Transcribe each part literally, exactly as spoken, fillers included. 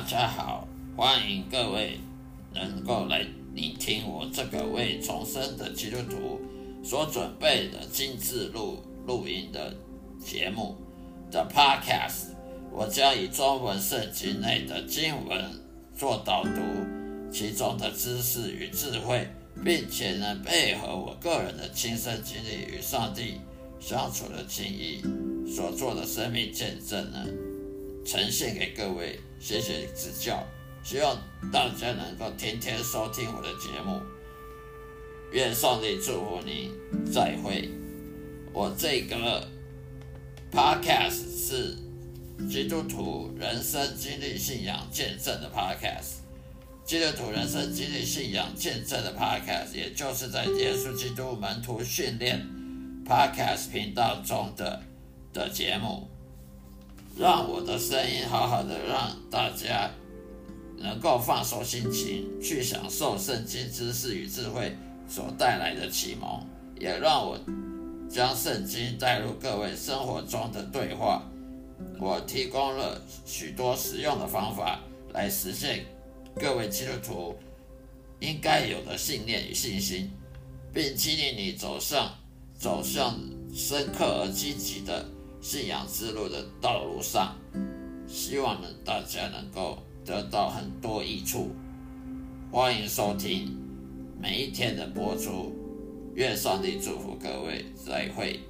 家好，欢迎各位能够来聆听我这个为重生的基督徒所准备的精致录录音的节目的 Podcast。 我将以中文圣经内的经文做导读，其中的知识与智慧，并且能配合我个人的亲身经历与上帝相处的经历所做的生命见证呢，呈现给各位，谢谢指教。希望大家能够天天收听我的节目，愿上帝祝福你，再会。我这个 podcast 是基督徒人生经历信仰见证的 podcast， 基督徒人生经历信仰见证的 podcast， 也就是在耶稣基督门徒训练 podcast 频道中的的节目，让我的声音好好的让大家能够放松心情，去享受圣经知识与智慧所带来的启蒙，也让我将圣经带入各位生活中的对话。我提供了许多实用的方法来实现各位基督徒应该有的信念与信心，并激励你走上走向深刻而积极的信仰之路的道路上。希望大家能够得到很多益处。欢迎收听每一天的播出，愿上帝祝福各位，再会。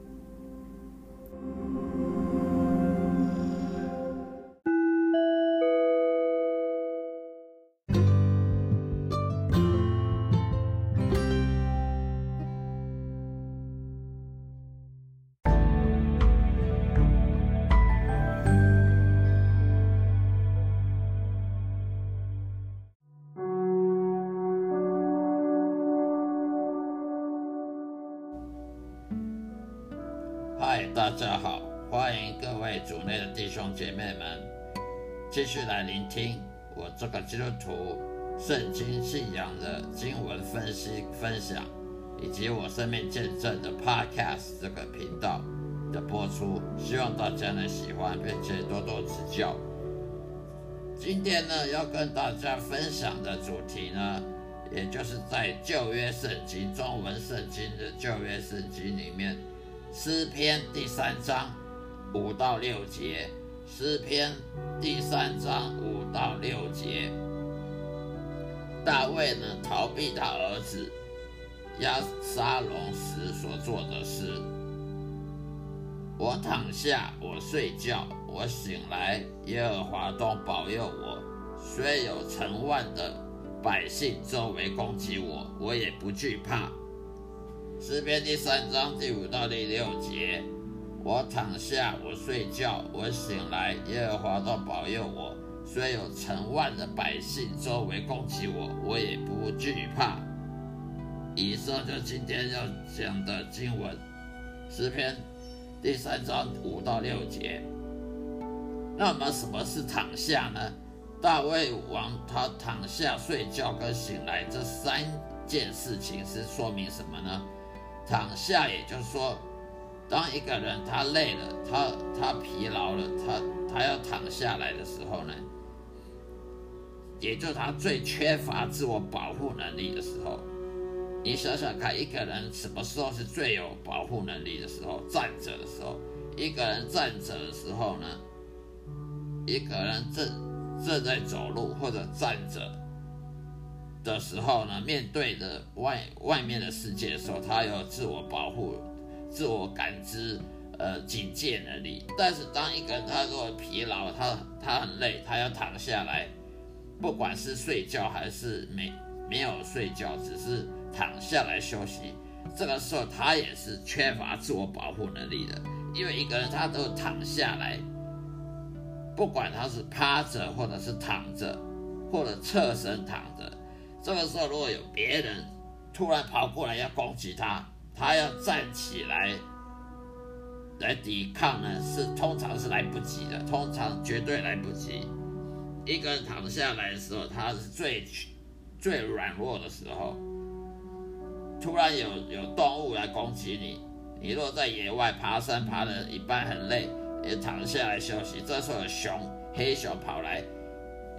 嗨，大家好，欢迎各位主内的弟兄姐妹们继续来聆听我这个基督徒圣经信仰的经文分析分享，以及我生命见证的 Podcast 这个频道的播出，希望大家能喜欢并且多多指教。今天呢，要跟大家分享的主题呢，也就是在旧约圣经中文圣经的旧约圣经里面，诗篇第三章五到六节，诗篇第三章五到六节，大卫呢逃避他儿子押沙龙时所做的事。我躺下，我睡觉，我醒来，耶和华都保佑我。虽有成万的百姓周围攻击我，我也不惧怕。诗篇第三章第五到第六节，我躺下，我睡觉，我醒来，耶和华都保佑我。虽有成万的百姓周围攻击我，我也不惧怕。以上就今天要讲的经文，诗篇第三章五到六节。那么什么是躺下呢？大卫王他躺下、睡觉跟醒来这三件事情是说明什么呢？躺下，也就是说，当一个人他累了，他他疲劳了，他他要躺下来的时候呢，也就是他最缺乏自我保护能力的时候。你想想看，一个人什么时候是最有保护能力的时候？站着的时候。一个人站着的时候呢，一个人正正在走路或者站着的时候呢，面对着外外面的世界的时候，他有自我保护、自我感知、呃警戒能力。但是当一个人他如果疲劳，他他很累，他要躺下来，不管是睡觉还是没没有睡觉，只是躺下来休息，这个时候他也是缺乏自我保护能力的。因为一个人他都躺下来，不管他是趴着或者是躺着，或者侧身躺着，这个时候如果有别人突然跑过来要攻击他，他要站起来来抵抗呢，是通常是来不及的，通常绝对来不及。一个人躺下来的时候，他是最最软弱的时候。突然有有动物来攻击你，你若在野外爬山爬得一半很累，也躺下来休息，这时候有熊黑熊跑来，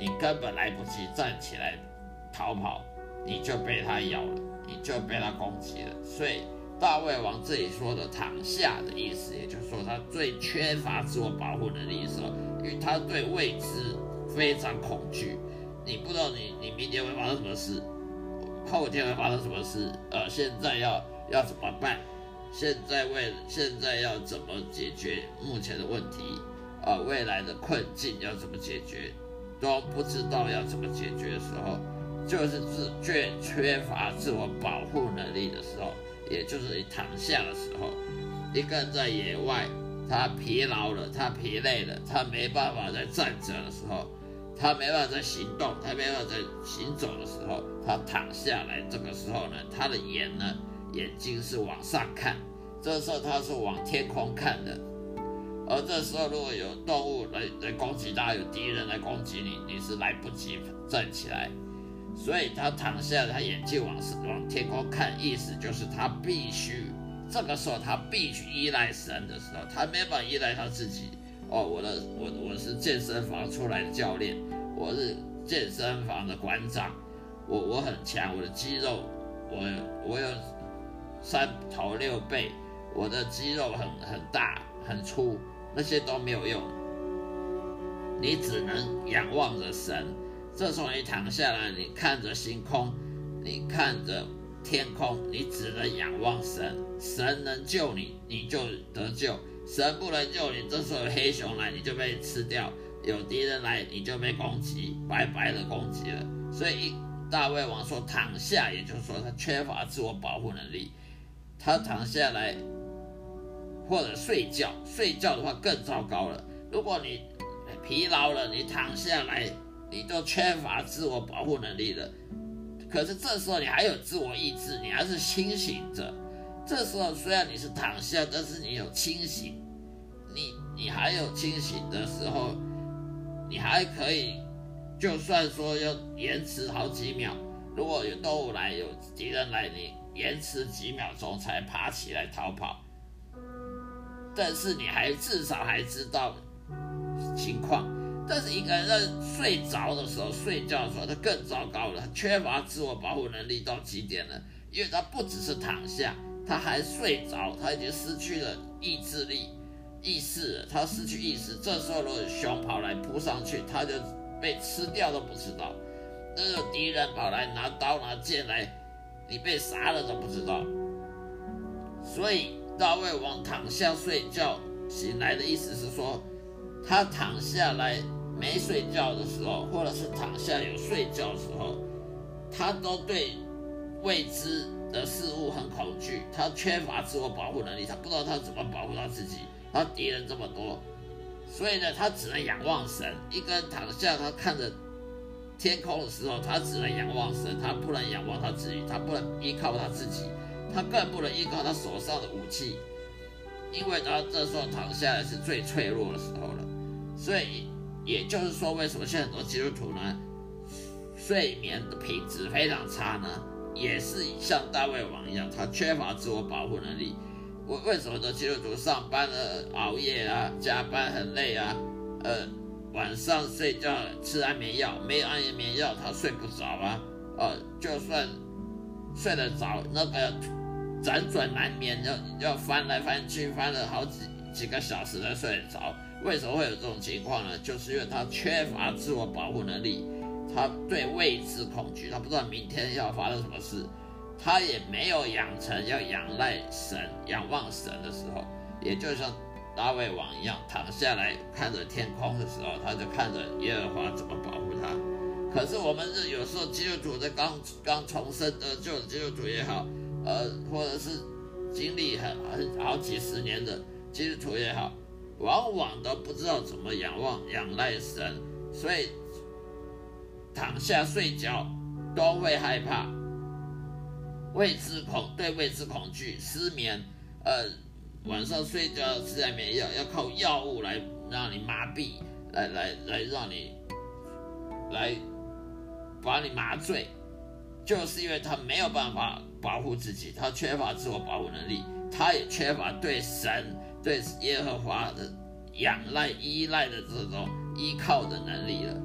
你根本来不及站起来逃跑，你就被他咬了，你就被他攻击了。所以大卫王这里说的躺下的意思，也就是说他最缺乏自我保护能力的时候，因为他对未知非常恐惧，你不知道你你明天会发生什么事，后天会发生什么事，呃，现在要要怎么办？现在为现在要怎么解决目前的问题？呃，未来的困境要怎么解决？都不知道要怎么解决的时候，就是自缺缺乏自我保护能力的时候，也就是你躺下的时候，一个人在野外，他疲劳了，他疲累了，他没办法再站着的时候，他没办法再行动，他没办法再行走的时候，他躺下来，这个时候呢，他的眼呢，眼睛是往上看，这时候他是往天空看的。而这时候，如果有动物来来攻击他，有敌人来攻击你，你是来不及站起来，所以他躺下，他眼睛往往天空看，意思就是他必须，这个时候他必须依赖神的时候，他没办法依赖他自己。哦，我的我我是健身房出来的教练，我是健身房的馆长，我我很强，我的肌肉，我我有三头六臂，我的肌肉很很大很粗。那些都没有用，你只能仰望着神。这时候你躺下来，你看着星空，你看着天空，你只能仰望神。神能救你，你就得救；神不能救你，这时候有黑熊来，你就被吃掉；有敌人来，你就被攻击，白白的攻击了。所以大卫王说躺下，也就是说他缺乏自我保护能力，他躺下来。或者睡觉，睡觉的话更糟糕了。如果你疲劳了，你躺下来，你都缺乏自我保护能力了。可是这时候你还有自我意志，你还是清醒着。这时候虽然你是躺下，但是你有清醒，你你还有清醒的时候，你还可以，就算说要延迟好几秒，如果有动物来，有敌人来，你延迟几秒钟才爬起来逃跑。但是你还至少还知道情况，但是一个人在睡着的时候、睡觉的时候，他更糟糕了，他缺乏自我保护能力到极点了，因为他不只是躺下，他还睡着，他已经失去了意志力、意识了，他失去意识。这时候如果熊跑来扑上去，他就被吃掉都不知道；那个敌人跑来拿刀拿剑来，你被杀了都不知道。所以大卫王躺下睡觉醒来的意思是说，他躺下来没睡觉的时候，或者是躺下有睡觉的时候，他都对未知的事物很恐惧，他缺乏自我保护能力，他不知道他怎么保护他自己，他敌人这么多，所以呢，他只能仰望神。一个人躺下，他看着天空的时候，他只能仰望神，他不能仰望他自己，他不能依靠他自己，他更不能依靠他手上的武器，因为他这时候躺下来是最脆弱的时候了。所以也就是说，为什么现在很多基督徒呢，睡眠的品质非常差呢？也是像大卫王一样，他缺乏自我保护能力。为为什么的基督徒上班了熬夜啊，加班很累啊，呃，晚上睡觉吃安眠药，没有安眠药他睡不着啊，呃，就算睡得着，那个辗转难眠，要要翻来翻去，翻了好几几个小时才睡得着。为什么会有这种情况呢？就是因为他缺乏自我保护能力，他对未知恐惧，他不知道明天要发生什么事，他也没有养成要仰赖神、仰望神的时候，也就像大卫王一样，躺下来看着天空的时候，他就看着耶和华怎么保护他。可是我们是有时候基督徒在刚刚重生得救的基督徒也好，呃，或者是经历很很好几十年的基督徒也好，往往都不知道怎么仰望仰赖神，所以躺下睡觉都会害怕，未知恐对未知恐惧，失眠，呃，晚上睡觉吃安眠药，要靠药物来让你麻痹，来来来让你来把你麻醉，就是因为他没有办法保护自己，他缺乏自我保护能力，他也缺乏对神、对耶和华的仰赖、依赖的这种依靠的能力了。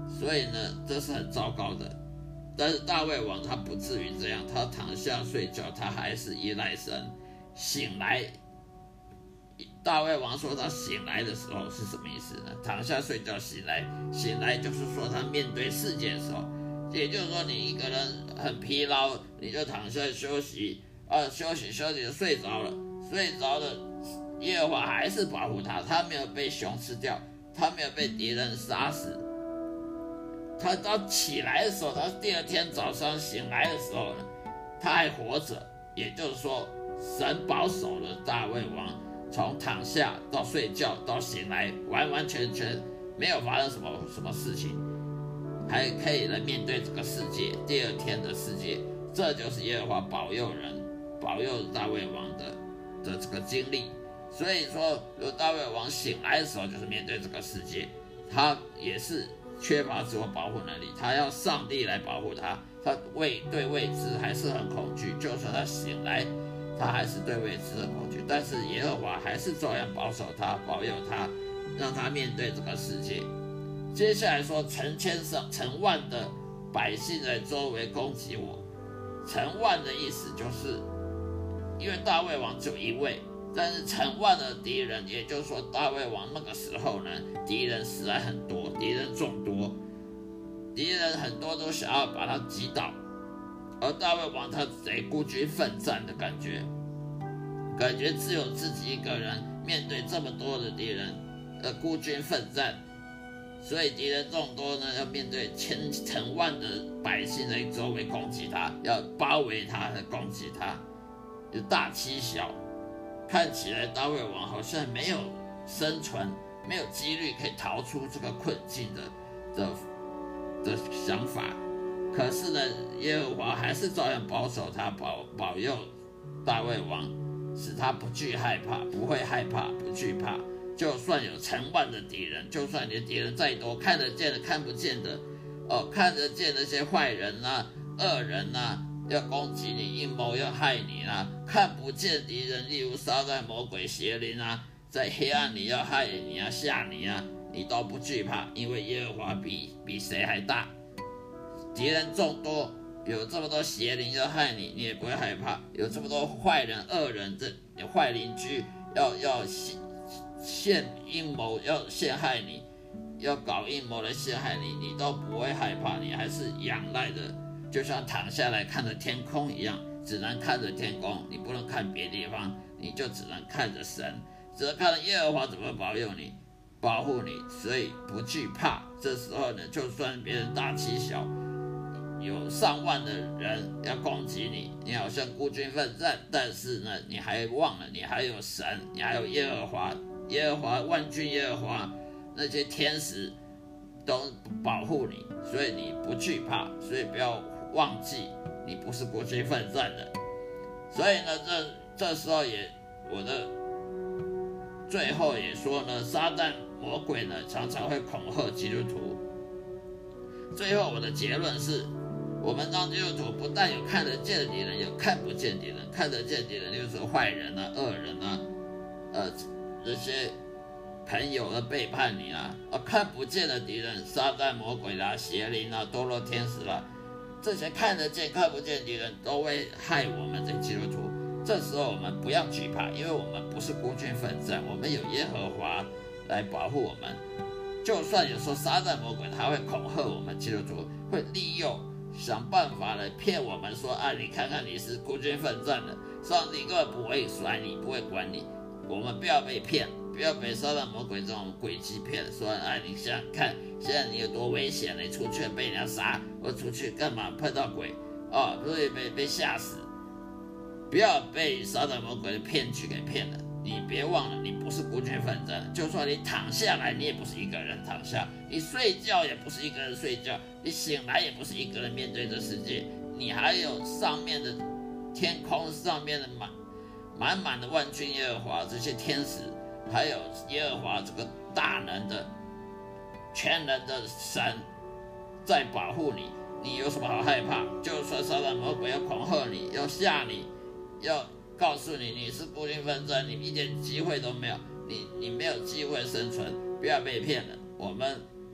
所以呢，这是很糟糕的。但是大卫王他不至于这样，他躺下睡觉，他还是依赖神。醒来，大卫王说他醒来的时候是什么意思呢？躺下睡觉醒来，醒来就是说他面对世界的时候，也就是说你一个人很疲劳，你就躺下休息，啊，休息休息就睡着了，睡着了，耶和华还是保护他，他没有被熊吃掉，他没有被敌人杀死。他到起来的时候，他第二天早上醒来的时候呢，他还活着，也就是说，神保守了大卫王，从躺下到睡觉到醒来，完完全全没有发生什么什么事情，还可以来面对这个世界，第二天的世界，这就是耶和华保佑人、保佑大卫王的的这个经历。所以说，如大卫王醒来的时候，就是面对这个世界，他也是缺乏自我保护能力，他要上帝来保护他，他未对未知还是很恐惧，就算他醒来，他还是对未知很恐惧，但是耶和华还是照样保守他，保佑他，让他面对这个世界。接下来说，成千上成万的百姓在周围攻击我，成万的意思就是因为大卫王只有一位，但是成万的敌人，也就是说大卫王那个时候呢，敌人实在很多，敌人众多，敌人很多都想要把他击倒，而大卫王他得孤军奋战的感觉，感觉只有自己一个人面对这么多的敌人，呃，孤军奋战，所以敌人众多呢，要面对千成万的百姓在周围攻击他，要包围他来攻击他，有大欺小。看起来大卫王好像没有生存，没有几率可以逃出这个困境的的的想法。可是呢，耶和华还是照样保守他，保保佑大卫王，使他不惧害怕，不会害怕，不惧怕。就算有成万的敌人，就算你的敌人再多，看得见的、看不见的，哦，看得见那些坏人啊、恶人啊，要攻击你、阴谋要害你啊，看不见敌人，例如撒旦、魔鬼、邪灵啊，在黑暗里要害你啊、吓你啊，你都不惧怕，因为耶和华比比谁还大。敌人众多，有这么多邪灵要害你，你也不会害怕；有这么多坏人、恶人，这坏邻居要要陷阴谋，要陷害你，要搞阴谋来陷害你，你都不会害怕，你还是仰赖的，就像躺下来看着天空一样，只能看着天空，你不能看别地方，你就只能看着神，只能看着耶和华怎么保佑你、保护你，所以不惧怕。这时候呢，就算别人大欺小，有上万的人要攻击你，你好像孤军奋战，但是呢，你还忘了你还有神，你还有耶和华，耶和华万军耶和华那些天使都保护你，所以你不惧怕，所以不要忘记你不是孤军奋战的。所以呢，这这时候也我的最后也说呢，撒旦魔鬼呢常常会恐吓基督徒。最后我的结论是，我们当基督徒不但有看得见的敌人，有看不见敌人。看得见敌人就是说坏人啊、恶人啊，呃，这些朋友的背叛你啊，啊，看不见的敌人，撒旦魔鬼啦、啊、邪灵啊、堕落天使啦、啊，这些看得见、看不见的敌人都会害我们这基督徒。这时候我们不要惧怕，因为我们不是孤军奋战，我们有耶和华来保护我们。就算有时候撒旦魔鬼他会恐吓我们基督徒，会利诱想办法来骗我们说啊，你看看你是孤军奋战的，上帝根本不会甩你，不会管你。我们不要被骗，不要被撒旦魔鬼这种诡计骗，说哎，你想想看，现在你有多危险，你出去被人家杀，我出去干嘛碰到鬼哦，所以被被吓死。不要被撒旦魔鬼的骗局给骗了。你别忘了，你不是孤军奋战，就算你躺下来，你也不是一个人躺下；你睡觉也不是一个人睡觉；你醒来也不是一个人面对这世界。你还有上面的天空上面的满满满的万军耶和华这些天使，还有耶和华这个大能的全能的神在保护你。你有什么好害怕？就算撒旦魔鬼要恐吓你，要吓你，要告诉你你是孤军奋战，你一点机会都没有，你你没有机会生存，不要被骗了。我们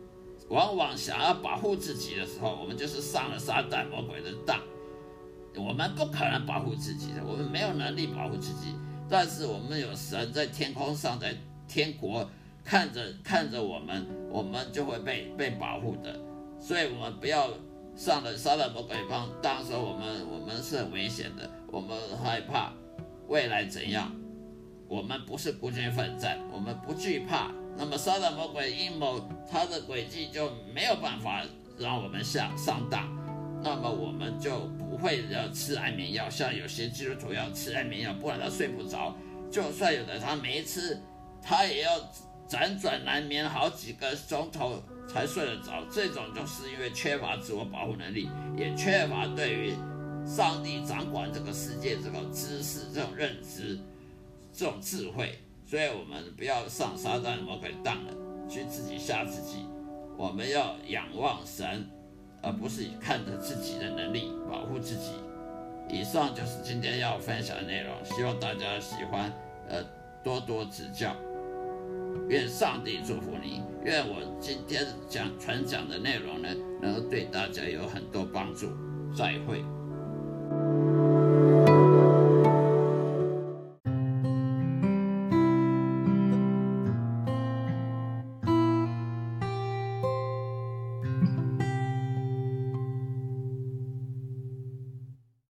往往想要保护自己的时候，我们就是上了撒旦魔鬼的当。我们不可能保护自己的，我们没有能力保护自己。但是我们有神在天空上，在天国看着看着我们，我们就会被被保护的。所以我们不要上了撒旦魔鬼帮，当时我们我们是很危险的，我们害怕未来怎样。我们不是孤军奋战，我们不惧怕。那么撒旦魔鬼阴谋，他的诡计就没有办法让我们下上当。那么我们就不会要吃安眠药，像有些基督徒要吃安眠药，不然他睡不着。就算有的他没吃，他也要辗转难眠好几个钟头才睡得着。这种就是因为缺乏自我保护能力，也缺乏对于上帝掌管这个世界这种知识、这种认知、这种智慧。所以我们不要上撒旦魔鬼当了，去自己吓自己。我们要仰望神，而不是看着自己的能力保护自己。以上就是今天要分享的内容，希望大家喜欢，呃，多多指教。愿上帝祝福你，愿我今天讲传讲的内容呢，能够对大家有很多帮助。再会。